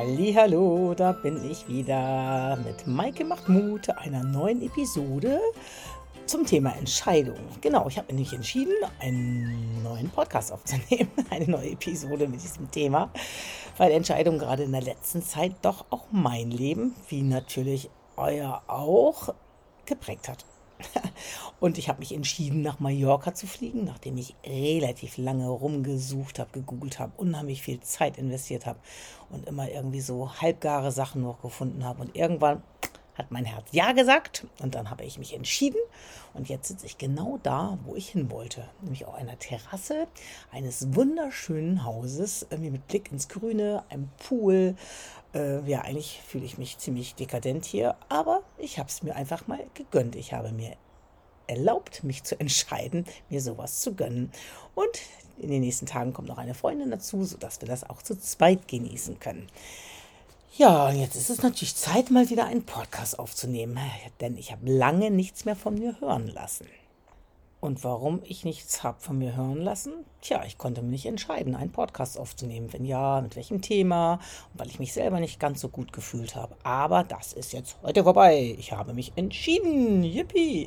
Hallihallo, da bin ich wieder mit Maike macht Mut, einer neuen Episode zum Thema Entscheidung. Genau, ich habe mich entschieden, einen neuen Podcast aufzunehmen, eine neue Episode mit diesem Thema, weil Entscheidung gerade in der letzten Zeit doch auch mein Leben, wie natürlich euer auch, geprägt hat. Und ich habe mich entschieden, nach Mallorca zu fliegen, nachdem ich relativ lange rumgesucht habe, gegoogelt habe, unheimlich viel Zeit investiert habe und immer irgendwie so halbgare Sachen noch gefunden habe. Und irgendwann hat mein Herz ja gesagt und dann habe ich mich entschieden und jetzt sitze ich genau da, wo ich hin wollte, nämlich auf einer Terrasse eines wunderschönen Hauses, irgendwie mit Blick ins Grüne, einem Pool. Ja, eigentlich fühle ich mich ziemlich dekadent hier, aber ich habe es mir einfach mal gegönnt. Ich habe mir erlaubt, mich zu entscheiden, mir sowas zu gönnen. Und in den nächsten Tagen kommt noch eine Freundin dazu, sodass wir das auch zu zweit genießen können. Ja, und jetzt ist es natürlich Zeit, mal wieder einen Podcast aufzunehmen, denn ich habe lange nichts mehr von mir hören lassen. Und warum ich nichts habe von mir hören lassen? Tja, ich konnte mich nicht entscheiden, einen Podcast aufzunehmen. Wenn ja, mit welchem Thema? Und weil ich mich selber nicht ganz so gut gefühlt habe. Aber das ist jetzt heute vorbei. Ich habe mich entschieden. Yippie!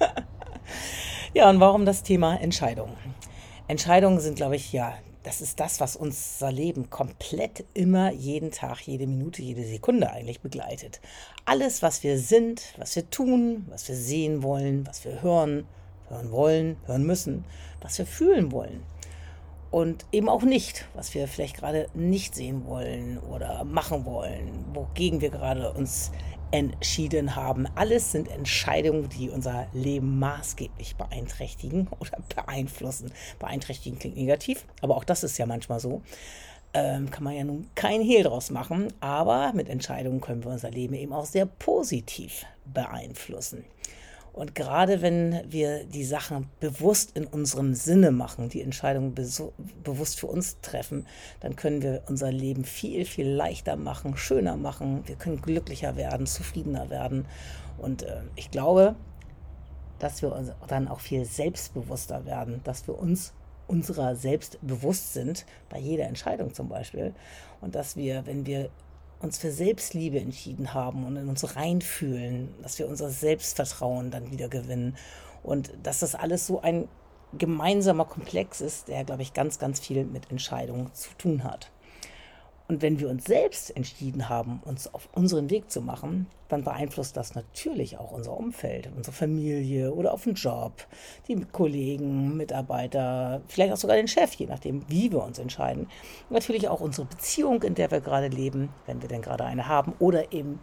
Ja, und warum das Thema Entscheidungen? Entscheidungen sind, glaube ich, ja, das ist das, was unser Leben komplett immer, jeden Tag, jede Minute, jede Sekunde eigentlich begleitet. Alles, was wir sind, was wir tun, was wir sehen wollen, was wir hören wollen, hören müssen, was wir fühlen wollen. Und eben auch nicht, was wir vielleicht gerade nicht sehen wollen oder machen wollen, wogegen wir gerade uns entschieden haben. Alles sind Entscheidungen, die unser Leben maßgeblich beeinträchtigen oder beeinflussen. Beeinträchtigen klingt negativ, aber auch das ist ja manchmal so. Kann man ja nun kein Hehl draus machen, aber mit Entscheidungen können wir unser Leben eben auch sehr positiv beeinflussen. Und gerade wenn wir die Sachen bewusst in unserem Sinne machen, die Entscheidungen bewusst für uns treffen, dann können wir unser Leben viel, viel leichter machen, schöner machen. Wir können glücklicher werden, zufriedener werden. Und ich glaube, dass wir uns dann auch viel selbstbewusster werden, dass wir uns unserer selbst bewusst sind, bei jeder Entscheidung zum Beispiel. Und dass wir, wenn wir uns für Selbstliebe entschieden haben und in uns reinfühlen, dass wir unser Selbstvertrauen dann wieder gewinnen und dass das alles so ein gemeinsamer Komplex ist, der, glaube ich, ganz, ganz viel mit Entscheidungen zu tun hat. Und wenn wir uns selbst entschieden haben, uns auf unseren Weg zu machen, dann beeinflusst das natürlich auch unser Umfeld, unsere Familie oder auf den Job, die Kollegen, Mitarbeiter, vielleicht auch sogar den Chef, je nachdem, wie wir uns entscheiden. Und natürlich auch unsere Beziehung, in der wir gerade leben, wenn wir denn gerade eine haben, oder eben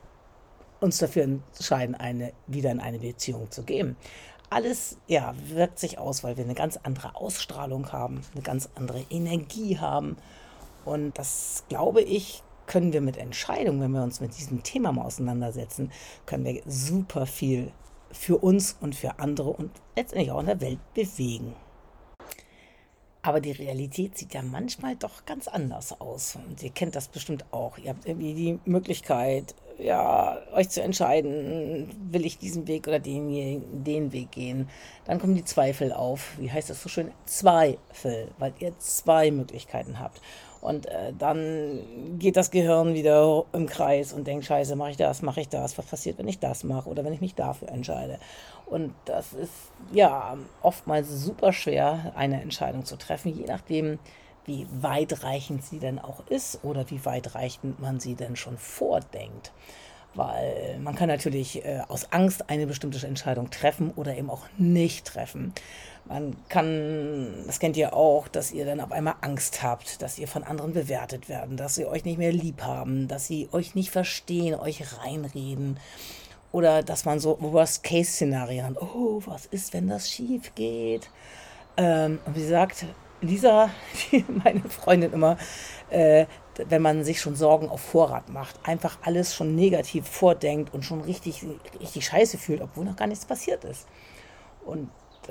uns dafür entscheiden, wieder in eine Beziehung zu gehen. Alles, ja, wirkt sich aus, weil wir eine ganz andere Ausstrahlung haben, eine ganz andere Energie haben. Und das, glaube ich, können wir mit Entscheidungen, wenn wir uns mit diesem Thema mal auseinandersetzen, können wir super viel für uns und für andere und letztendlich auch in der Welt bewegen. Aber die Realität sieht ja manchmal doch ganz anders aus. Und ihr kennt das bestimmt auch. Ihr habt irgendwie die Möglichkeit, ja, euch zu entscheiden, will ich diesen Weg oder den Weg gehen. Dann kommen die Zweifel auf. Wie heißt das so schön? Zweifel, weil ihr zwei Möglichkeiten habt. Und dann geht das Gehirn wieder im Kreis und denkt, scheiße, mache ich das, was passiert, wenn ich das mache oder wenn ich mich dafür entscheide. Und das ist ja oftmals super schwer, eine Entscheidung zu treffen, je nachdem, wie weitreichend sie denn auch ist oder wie weitreichend man sie denn schon vordenkt. Weil man kann natürlich aus Angst eine bestimmte Entscheidung treffen oder eben auch nicht treffen. Man kann, das kennt ihr auch, dass ihr dann auf einmal Angst habt, dass ihr von anderen bewertet werden, dass sie euch nicht mehr lieb haben, dass sie euch nicht verstehen, euch reinreden. Oder dass man so Worst-Case-Szenarien hat. Oh, was ist, wenn das schief geht? Und wie sagt Lisa, meine Freundin immer, wenn man sich schon Sorgen auf Vorrat macht, einfach alles schon negativ vordenkt und schon richtig, richtig scheiße fühlt, obwohl noch gar nichts passiert ist. Und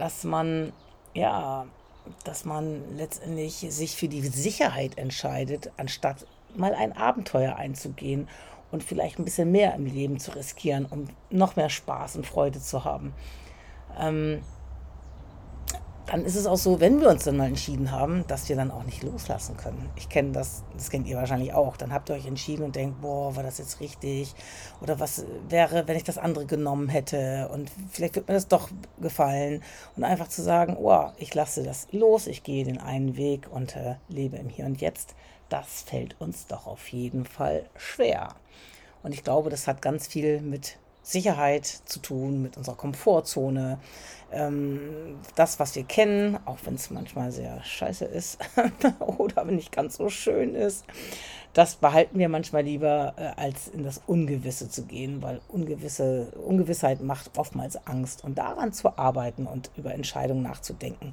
ja, dass man letztendlich sich für die Sicherheit entscheidet, anstatt mal ein Abenteuer einzugehen und vielleicht ein bisschen mehr im Leben zu riskieren, um noch mehr Spaß und Freude zu haben. dann ist es auch so, wenn wir uns dann mal entschieden haben, dass wir dann auch nicht loslassen können. Ich kenne das, das kennt ihr wahrscheinlich auch. Dann habt ihr euch entschieden und denkt, boah, war das jetzt richtig? Oder was wäre, wenn ich das andere genommen hätte? Und vielleicht wird mir das doch gefallen. Und einfach zu sagen, oh, ich lasse das los, ich gehe den einen Weg und lebe im Hier und Jetzt. Das fällt uns doch auf jeden Fall schwer. Und ich glaube, das hat ganz viel mit Sicherheit zu tun, mit unserer Komfortzone. Das, was wir kennen, auch wenn es manchmal sehr scheiße ist oder nicht ganz so schön ist, das behalten wir manchmal lieber, als in das Ungewisse zu gehen, weil Ungewissheit macht oftmals Angst. Und daran zu arbeiten und über Entscheidungen nachzudenken,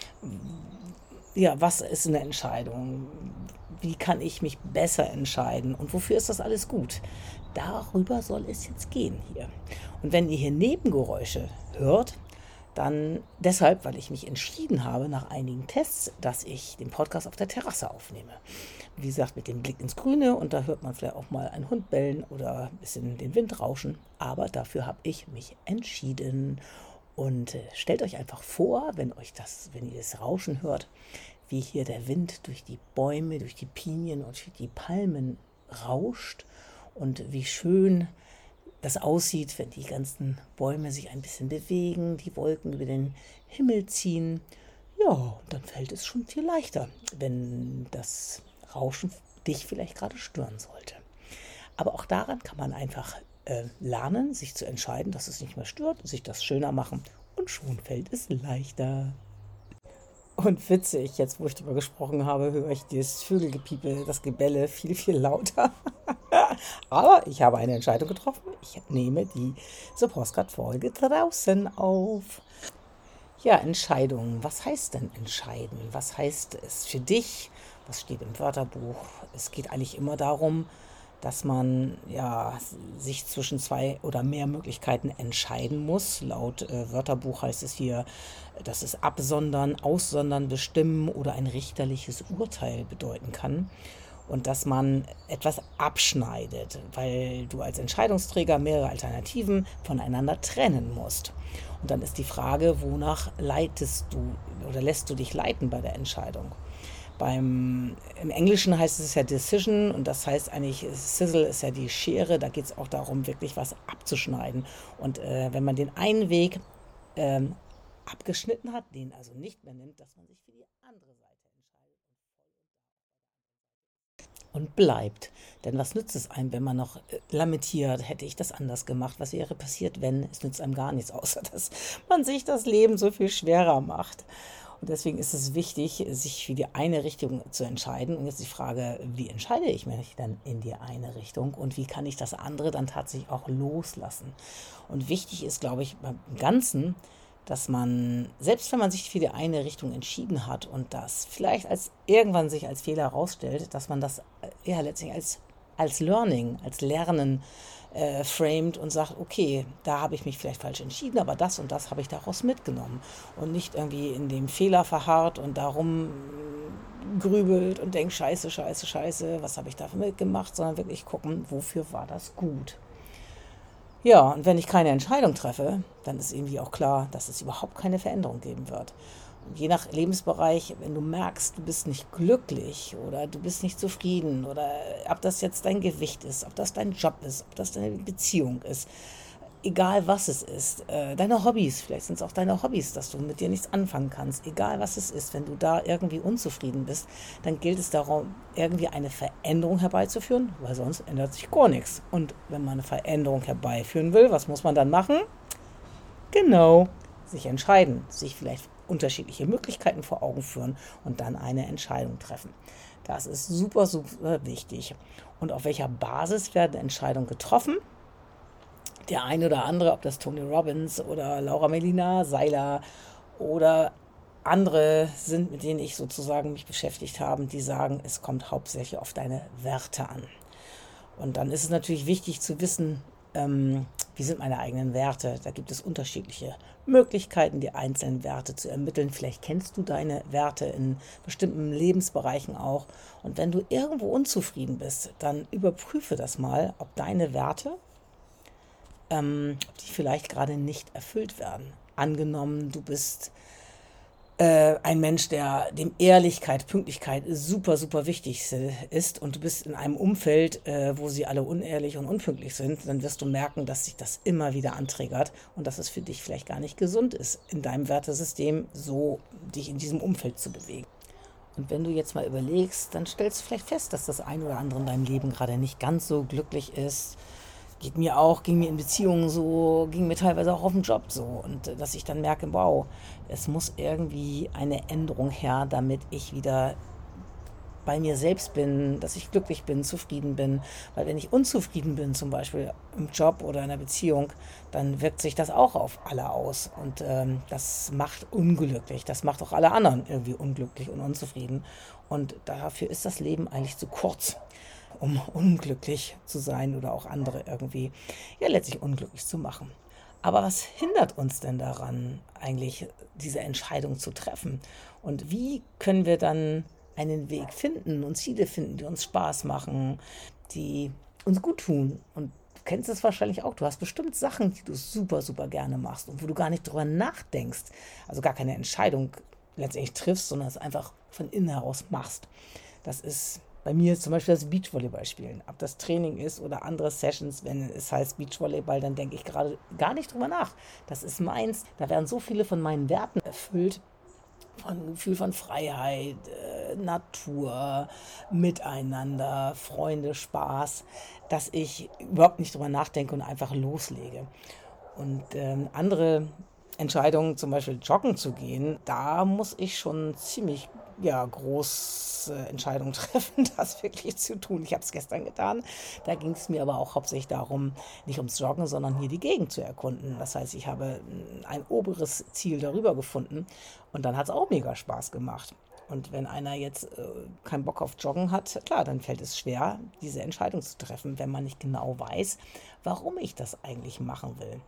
ja, was ist eine Entscheidung? Wie kann ich mich besser entscheiden? Und wofür ist das alles gut? Darüber soll es jetzt gehen hier. Und wenn ihr hier Nebengeräusche hört, dann deshalb, weil ich mich entschieden habe nach einigen Tests, dass ich den Podcast auf der Terrasse aufnehme. Wie gesagt, mit dem Blick ins Grüne, und da hört man vielleicht auch mal einen Hund bellen oder ein bisschen den Wind rauschen. Aber dafür habe ich mich entschieden. Und stellt euch einfach vor, wenn ihr das Rauschen hört, wie hier der Wind durch die Bäume, durch die Pinien und durch die Palmen rauscht und wie schön das aussieht, wenn die ganzen Bäume sich ein bisschen bewegen, die Wolken über den Himmel ziehen. Ja, und dann fällt es schon viel leichter, wenn das Rauschen dich vielleicht gerade stören sollte. Aber auch daran kann man einfach lernen, sich zu entscheiden, dass es nicht mehr stört, sich das schöner machen, und schon fällt es leichter. Und witzig, jetzt wo ich darüber gesprochen habe, höre ich das Vögelgepiepe, das Gebelle viel, viel lauter. Aber ich habe eine Entscheidung getroffen. Ich nehme diese Postcard-Folge draußen auf. Ja, Entscheidungen. Was heißt denn entscheiden? Was heißt es für dich? Was steht im Wörterbuch? Es geht eigentlich immer darum, dass man ja sich zwischen zwei oder mehr Möglichkeiten entscheiden muss. Laut Wörterbuch heißt es hier, dass es absondern, aussondern, bestimmen oder ein richterliches Urteil bedeuten kann. Und dass man etwas abschneidet, weil du als Entscheidungsträger mehrere Alternativen voneinander trennen musst. Und dann ist die Frage, wonach leitest du oder lässt du dich leiten bei der Entscheidung? Im Englischen heißt es ja Decision, und das heißt eigentlich, Sizzle ist ja die Schere, da geht es auch darum, wirklich was abzuschneiden. Und wenn man den einen Weg abgeschnitten hat, den also nicht mehr nimmt, dass man sich für die andere Seite entscheidet und bleibt. Denn was nützt es einem, wenn man noch lamentiert, hätte ich das anders gemacht? Was wäre passiert, wenn? Es nützt einem gar nichts, außer dass man sich das Leben so viel schwerer macht. Und deswegen ist es wichtig, sich für die eine Richtung zu entscheiden. Und jetzt die Frage, wie entscheide ich mich dann in die eine Richtung und wie kann ich das andere dann tatsächlich auch loslassen? Und wichtig ist, glaube ich, beim Ganzen, dass man, selbst wenn man sich für die eine Richtung entschieden hat und das vielleicht irgendwann sich als Fehler herausstellt, dass man das ja letztlich als Learning, als Lernen framed und sagt, okay, da habe ich mich vielleicht falsch entschieden, aber das und das habe ich daraus mitgenommen und nicht irgendwie in dem Fehler verharrt und darum grübelt und denkt, scheiße, scheiße, scheiße, was habe ich dafür mitgemacht, sondern wirklich gucken, wofür war das gut. Ja, und wenn ich keine Entscheidung treffe, dann ist irgendwie auch klar, dass es überhaupt keine Veränderung geben wird. Und je nach Lebensbereich, wenn du merkst, du bist nicht glücklich oder du bist nicht zufrieden oder ob das jetzt dein Gewicht ist, ob das dein Job ist, ob das deine Beziehung ist, egal was es ist, deine Hobbys, vielleicht sind es auch deine Hobbys, dass du mit dir nichts anfangen kannst, egal was es ist, wenn du da irgendwie unzufrieden bist, dann gilt es darum, irgendwie eine Veränderung herbeizuführen, weil sonst ändert sich gar nichts. Und wenn man eine Veränderung herbeiführen will, was muss man dann machen? Genau, sich entscheiden, sich vielleicht unterschiedliche Möglichkeiten vor Augen führen und dann eine Entscheidung treffen. Das ist super, super wichtig. Und auf welcher Basis werden Entscheidungen getroffen? Der eine oder andere, ob das Tony Robbins oder Laura Melina Seiler oder andere sind, mit denen ich sozusagen mich beschäftigt habe, die sagen, es kommt hauptsächlich auf deine Werte an. Und dann ist es natürlich wichtig zu wissen, wie sind meine eigenen Werte. Da gibt es unterschiedliche Möglichkeiten, die einzelnen Werte zu ermitteln. Vielleicht kennst du deine Werte in bestimmten Lebensbereichen auch. Und wenn du irgendwo unzufrieden bist, dann überprüfe das mal, ob deine Werte, ob die vielleicht gerade nicht erfüllt werden. Angenommen, du bist ein Mensch, dem Ehrlichkeit, Pünktlichkeit super, super wichtig ist und du bist in einem Umfeld, wo sie alle unehrlich und unpünktlich sind, dann wirst du merken, dass sich das immer wieder antriggert und dass es für dich vielleicht gar nicht gesund ist, in deinem Wertesystem so dich in diesem Umfeld zu bewegen. Und wenn du jetzt mal überlegst, dann stellst du vielleicht fest, dass das ein oder andere in deinem Leben gerade nicht ganz so glücklich ist. Ging mir in Beziehungen so, ging mir teilweise auch auf dem Job so. Und dass ich dann merke, wow, es muss irgendwie eine Änderung her, damit ich wieder bei mir selbst bin, dass ich glücklich bin, zufrieden bin. Weil wenn ich unzufrieden bin, zum Beispiel im Job oder in einer Beziehung, dann wirkt sich das auch auf alle aus. Und das macht unglücklich. Das macht auch alle anderen irgendwie unglücklich und unzufrieden. Und dafür ist das Leben eigentlich zu kurz, um unglücklich zu sein oder auch andere irgendwie, ja, letztlich unglücklich zu machen. Aber was hindert uns denn daran, eigentlich diese Entscheidung zu treffen? Und wie können wir dann einen Weg finden und Ziele finden, die uns Spaß machen, die uns gut tun? Und du kennst es wahrscheinlich auch. Du hast bestimmt Sachen, die du super, super gerne machst und wo du gar nicht drüber nachdenkst. Also gar keine Entscheidung letztendlich triffst, sondern es einfach von innen heraus machst. Das ist bei mir zum Beispiel das Beachvolleyball spielen. Ob das Training ist oder andere Sessions, wenn es heißt Beachvolleyball, dann denke ich gerade gar nicht drüber nach. Das ist meins. Da werden so viele von meinen Werten erfüllt. Von Gefühl von Freiheit, Natur, Miteinander, Freunde, Spaß, dass ich überhaupt nicht drüber nachdenke und einfach loslege. Und andere Entscheidungen, zum Beispiel joggen zu gehen, da muss ich schon ziemlich große Entscheidungen treffen, das wirklich zu tun. Ich habe es gestern getan. Da ging es mir aber auch hauptsächlich darum, nicht ums Joggen, sondern hier die Gegend zu erkunden. Das heißt, ich habe ein oberes Ziel darüber gefunden und dann hat es auch mega Spaß gemacht. Und wenn einer jetzt keinen Bock auf Joggen hat, klar, dann fällt es schwer, diese Entscheidung zu treffen, wenn man nicht genau weiß, warum ich das eigentlich machen will.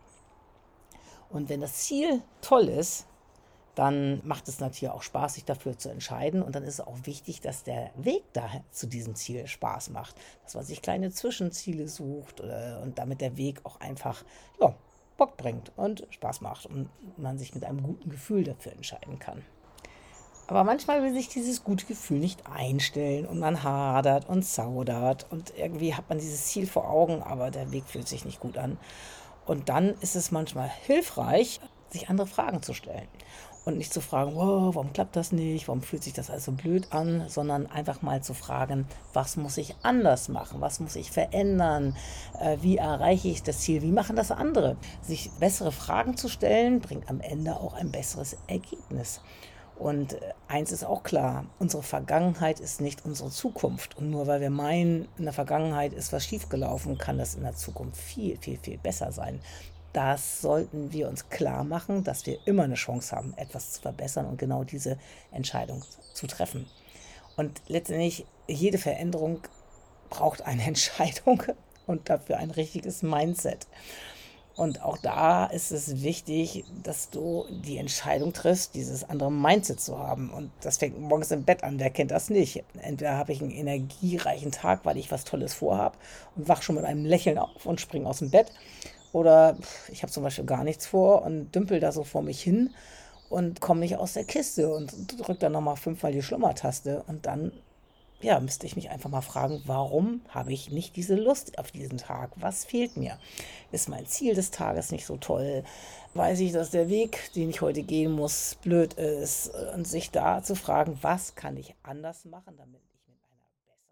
Und wenn das Ziel toll ist, dann macht es natürlich auch Spaß, sich dafür zu entscheiden. Und dann ist es auch wichtig, dass der Weg da zu diesem Ziel Spaß macht. Dass man sich kleine Zwischenziele sucht und damit der Weg auch einfach Bock bringt und Spaß macht und man sich mit einem guten Gefühl dafür entscheiden kann. Aber manchmal will sich dieses gute Gefühl nicht einstellen und man hadert und zaudert und irgendwie hat man dieses Ziel vor Augen, aber der Weg fühlt sich nicht gut an. Und dann ist es manchmal hilfreich, sich andere Fragen zu stellen. Und nicht zu fragen, wow, warum klappt das nicht, warum fühlt sich das alles so blöd an, sondern einfach mal zu fragen, was muss ich anders machen, was muss ich verändern, wie erreiche ich das Ziel, wie machen das andere. Sich bessere Fragen zu stellen, bringt am Ende auch ein besseres Ergebnis. Und eins ist auch klar, unsere Vergangenheit ist nicht unsere Zukunft. Und nur weil wir meinen, in der Vergangenheit ist was schiefgelaufen, kann das in der Zukunft viel, viel, viel besser sein. Das sollten wir uns klar machen, dass wir immer eine Chance haben, etwas zu verbessern und genau diese Entscheidung zu treffen. Und letztendlich, jede Veränderung braucht eine Entscheidung und dafür ein richtiges Mindset. Und auch da ist es wichtig, dass du die Entscheidung triffst, dieses andere Mindset zu haben. Und das fängt morgens im Bett an, wer kennt das nicht? Entweder habe ich einen energiereichen Tag, weil ich was Tolles vorhabe und wach schon mit einem Lächeln auf und springe aus dem Bett. Oder ich habe zum Beispiel gar nichts vor und dümpel da so vor mich hin und komme nicht aus der Kiste und drücke dann nochmal 5-mal die Schlummertaste. Und dann müsste ich mich einfach mal fragen, warum habe ich nicht diese Lust auf diesen Tag? Was fehlt mir? Ist mein Ziel des Tages nicht so toll? Weiß ich, dass der Weg, den ich heute gehen muss, blöd ist? Und sich da zu fragen, was kann ich anders machen, damit ich mit einer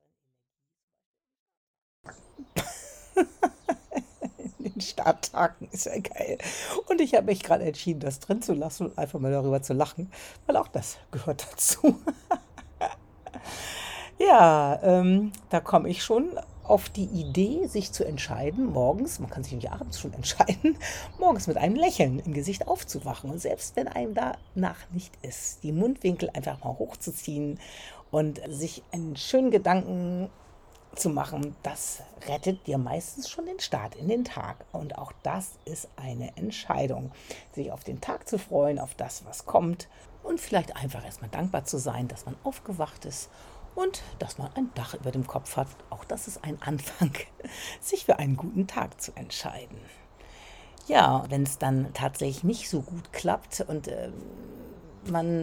in den Starttagen ist ja geil. Und ich habe mich gerade entschieden, das drin zu lassen und einfach mal darüber zu lachen, weil auch das gehört dazu. Ja, da komme ich schon auf die Idee, sich zu entscheiden, morgens, man kann sich nämlich abends schon entscheiden, morgens mit einem Lächeln im Gesicht aufzuwachen. Und selbst wenn einem danach nicht ist, die Mundwinkel einfach mal hochzuziehen und sich einen schönen Gedanken zu machen, das rettet dir meistens schon den Start in den Tag. Und auch das ist eine Entscheidung, sich auf den Tag zu freuen, auf das, was kommt und vielleicht einfach erstmal dankbar zu sein, dass man aufgewacht ist und dass man ein Dach über dem Kopf hat. Auch das ist ein Anfang, sich für einen guten Tag zu entscheiden. Ja, wenn es dann tatsächlich nicht so gut klappt und man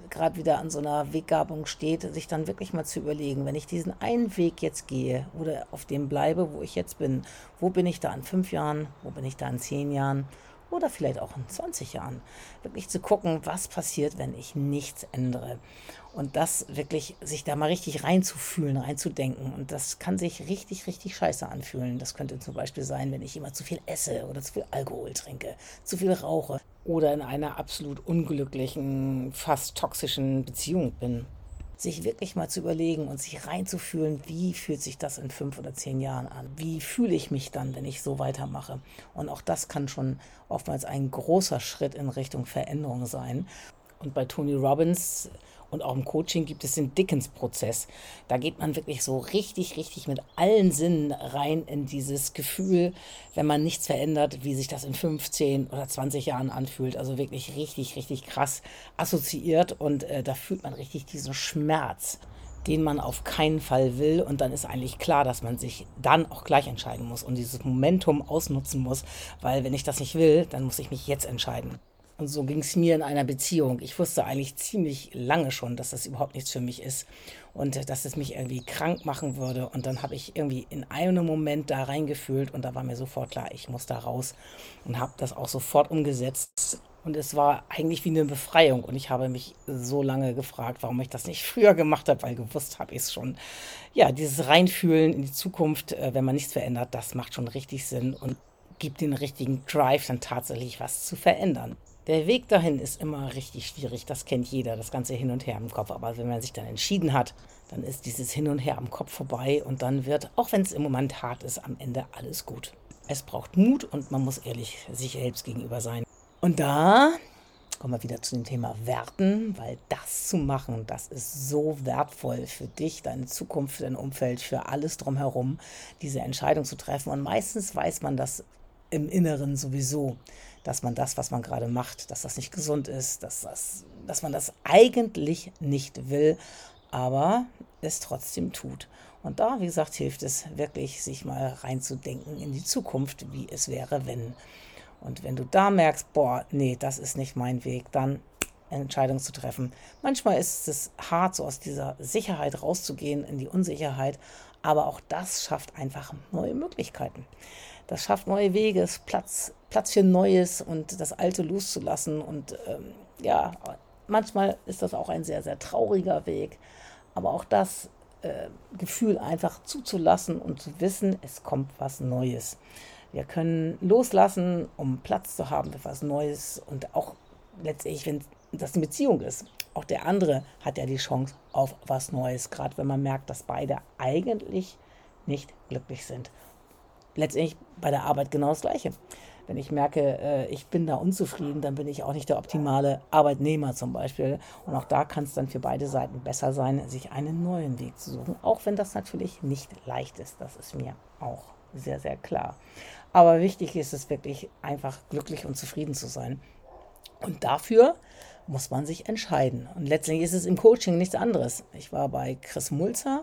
gerade wieder an so einer Weggabelung steht, sich dann wirklich mal zu überlegen, wenn ich diesen einen Weg jetzt gehe oder auf dem bleibe, wo ich jetzt bin, wo bin ich da in 5 Jahren, wo bin ich da in 10 Jahren oder vielleicht auch in 20 Jahren. Wirklich zu gucken, was passiert, wenn ich nichts ändere. Und das wirklich, sich da mal richtig reinzufühlen, reinzudenken. Und das kann sich richtig, richtig scheiße anfühlen. Das könnte zum Beispiel sein, wenn ich immer zu viel esse oder zu viel Alkohol trinke, zu viel rauche oder in einer absolut unglücklichen, fast toxischen Beziehung bin. Sich wirklich mal zu überlegen und sich reinzufühlen, wie fühlt sich das in 5 oder 10 Jahren an? Wie fühle ich mich dann, wenn ich so weitermache? Und auch das kann schon oftmals ein großer Schritt in Richtung Veränderung sein. Und bei Tony Robbins und auch im Coaching gibt es den Dickens-Prozess. Da geht man wirklich so richtig, richtig mit allen Sinnen rein in dieses Gefühl, wenn man nichts verändert, wie sich das in 15 oder 20 Jahren anfühlt. Also wirklich richtig, richtig krass assoziiert und da fühlt man richtig diesen Schmerz, den man auf keinen Fall will. Und dann ist eigentlich klar, dass man sich dann auch gleich entscheiden muss und dieses Momentum ausnutzen muss, weil wenn ich das nicht will, dann muss ich mich jetzt entscheiden. Und so ging es mir in einer Beziehung. Ich wusste eigentlich ziemlich lange schon, dass das überhaupt nichts für mich ist und dass es mich irgendwie krank machen würde. Und dann habe ich irgendwie in einem Moment da reingefühlt und da war mir sofort klar, ich muss da raus und habe das auch sofort umgesetzt. Und es war eigentlich wie eine Befreiung. Und ich habe mich so lange gefragt, warum ich das nicht früher gemacht habe, weil gewusst habe ich es schon. Ja, dieses Reinfühlen in die Zukunft, wenn man nichts verändert, das macht schon richtig Sinn und gibt den richtigen Drive, dann tatsächlich was zu verändern. Der Weg dahin ist immer richtig schwierig, das kennt jeder, das ganze Hin und Her im Kopf. Aber wenn man sich dann entschieden hat, dann ist dieses Hin und Her am Kopf vorbei und dann wird, auch wenn es im Moment hart ist, am Ende alles gut. Es braucht Mut und man muss ehrlich sich selbst gegenüber sein. Und da kommen wir wieder zu dem Thema Werten, weil das zu machen, das ist so wertvoll für dich, deine Zukunft, für dein Umfeld, für alles drumherum, diese Entscheidung zu treffen. Und meistens weiß man das im Inneren sowieso, dass man das, was man gerade macht, dass das nicht gesund ist, dass man das eigentlich nicht will, aber es trotzdem tut. Und da, wie gesagt, hilft es wirklich, sich mal reinzudenken in die Zukunft, wie es wäre, wenn. Und wenn du da merkst, boah, nee, das ist nicht mein Weg, dann Entscheidungen zu treffen. Manchmal ist es hart, so aus dieser Sicherheit rauszugehen in die Unsicherheit, aber auch das schafft einfach neue Möglichkeiten. Das schafft neue Wege, Platz für Neues und das Alte loszulassen. Und ja, manchmal ist das auch ein sehr, sehr trauriger Weg. Aber auch das Gefühl einfach zuzulassen und zu wissen, es kommt was Neues. Wir können loslassen, um Platz zu haben für was Neues. Und auch letztendlich, wenn das eine Beziehung ist, auch der andere hat ja die Chance auf was Neues. Gerade wenn man merkt, dass beide eigentlich nicht glücklich sind. Letztendlich bei der Arbeit genau das Gleiche. Wenn ich merke, ich bin da unzufrieden, dann bin ich auch nicht der optimale Arbeitnehmer zum Beispiel. Und auch da kann es dann für beide Seiten besser sein, sich einen neuen Weg zu suchen. Auch wenn das natürlich nicht leicht ist. Das ist mir auch sehr, sehr klar. Aber wichtig ist es wirklich, einfach glücklich und zufrieden zu sein. Und dafür muss man sich entscheiden. Und letztlich ist es im Coaching nichts anderes. Ich war bei Chris Mulzer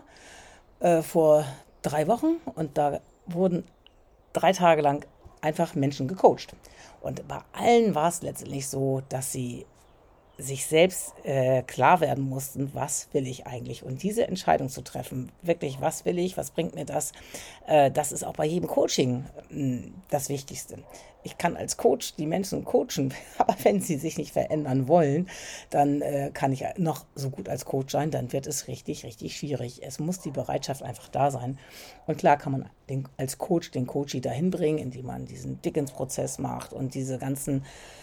vor 3 Wochen und da wurden 3 Tage lang einfach Menschen gecoacht. Und bei allen war es letztendlich so, dass sie sich selbst klar werden mussten, was will ich eigentlich? Und diese Entscheidung zu treffen, wirklich, was will ich, was bringt mir das? Das ist auch bei jedem Coaching das Wichtigste. Ich kann als Coach die Menschen coachen, aber wenn sie sich nicht verändern wollen, dann kann ich noch so gut als Coach sein, dann wird es richtig, richtig schwierig. Es muss die Bereitschaft einfach da sein. Und klar kann man als Coach den Coachee dahin bringen, indem man diesen Dickens-Prozess macht und diese ganzen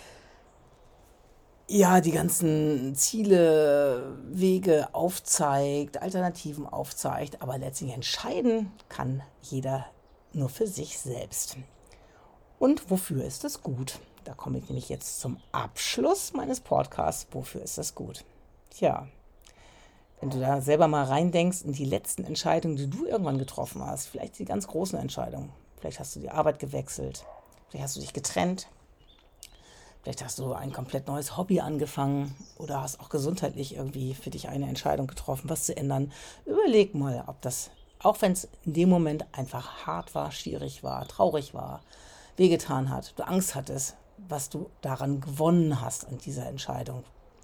die ganzen Ziele, Wege aufzeigt, Alternativen aufzeigt, aber letztlich entscheiden kann jeder nur für sich selbst. Und wofür ist es gut? Da komme ich nämlich jetzt zum Abschluss meines Podcasts. Wofür ist das gut? Tja, wenn du da selber mal reindenkst in die letzten Entscheidungen, die du irgendwann getroffen hast, vielleicht die ganz großen Entscheidungen, vielleicht hast du die Arbeit gewechselt, vielleicht hast du dich getrennt, vielleicht hast du ein komplett neues Hobby angefangen oder hast auch gesundheitlich irgendwie für dich eine Entscheidung getroffen, was zu ändern. Überleg mal, ob das, auch wenn es in dem Moment einfach hart war, schwierig war, traurig war, wehgetan hat, du Angst hattest, was du daran gewonnen hast an dieser Entscheidung.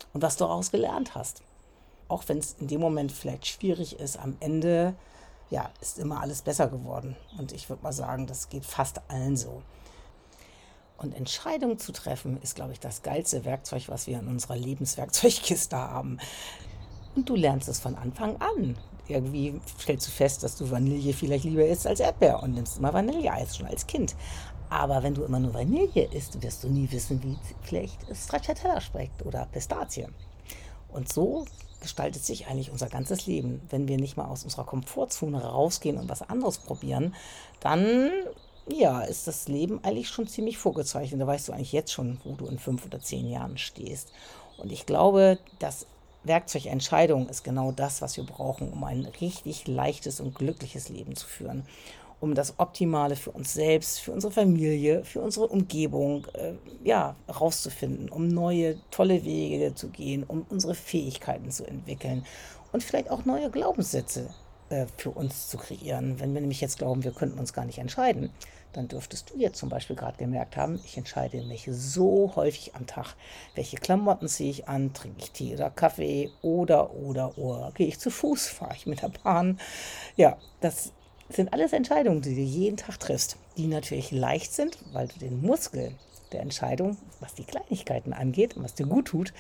und was du daraus gelernt hast. Auch wenn es in dem Moment vielleicht schwierig ist, am Ende ja, ist immer alles besser geworden. Und ich würde mal sagen, das geht fast allen so. Und Entscheidungen zu treffen, ist, glaube ich, das geilste Werkzeug, was wir in unserer Lebenswerkzeugkiste haben. Und du lernst es von Anfang an. Irgendwie stellst du fest, dass du Vanille vielleicht lieber isst als Erdbeer und nimmst immer Vanilleeis, schon als Kind. Aber wenn du immer nur Vanille isst, wirst du nie wissen, wie vielleicht Stracciatella schmeckt oder Pistazie. Und so gestaltet sich eigentlich unser ganzes Leben. Wenn wir nicht mal aus unserer Komfortzone rausgehen und was anderes probieren, dann ja, ist das Leben eigentlich schon ziemlich vorgezeichnet. Da weißt du eigentlich jetzt schon, wo du in 5 oder 10 Jahren stehst. Und ich glaube, das Werkzeug Entscheidung ist genau das, was wir brauchen, um ein richtig leichtes und glückliches Leben zu führen. Um das Optimale für uns selbst, für unsere Familie, für unsere Umgebung ja, rauszufinden, um neue, tolle Wege zu gehen, um unsere Fähigkeiten zu entwickeln und vielleicht auch neue Glaubenssätze für uns zu kreieren. Wenn wir nämlich jetzt glauben, wir könnten uns gar nicht entscheiden, dann dürftest du jetzt zum Beispiel gerade gemerkt haben, ich entscheide mich so häufig am Tag. Welche Klamotten ziehe ich an? Trinke ich Tee oder Kaffee? Oder. Gehe ich zu Fuß? Fahre ich mit der Bahn? Ja, das sind alles Entscheidungen, die du jeden Tag triffst, die natürlich leicht sind, weil du den Muskel der Entscheidung, was die Kleinigkeiten angeht und was dir gut tut,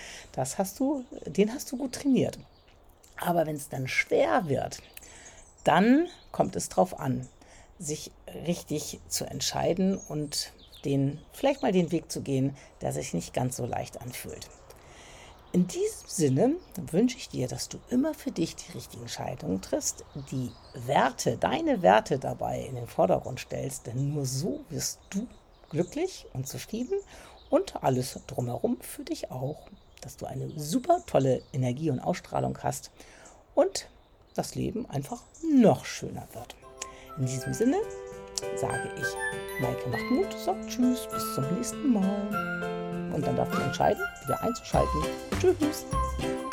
den hast du gut trainiert. Aber wenn es dann schwer wird, dann kommt es drauf an, sich richtig zu entscheiden und vielleicht mal den Weg zu gehen, der sich nicht ganz so leicht anfühlt. In diesem Sinne wünsche ich dir, dass du immer für dich die richtigen Entscheidungen triffst, die deine Werte dabei in den Vordergrund stellst, denn nur so wirst du glücklich und zufrieden und alles drumherum für dich auch, dass du eine super tolle Energie und Ausstrahlung hast und das Leben einfach noch schöner wird. In diesem Sinne sage ich, Maike macht Mut, sagt Tschüss, bis zum nächsten Mal. Und dann darfst du entscheiden, wieder einzuschalten. Tschüss.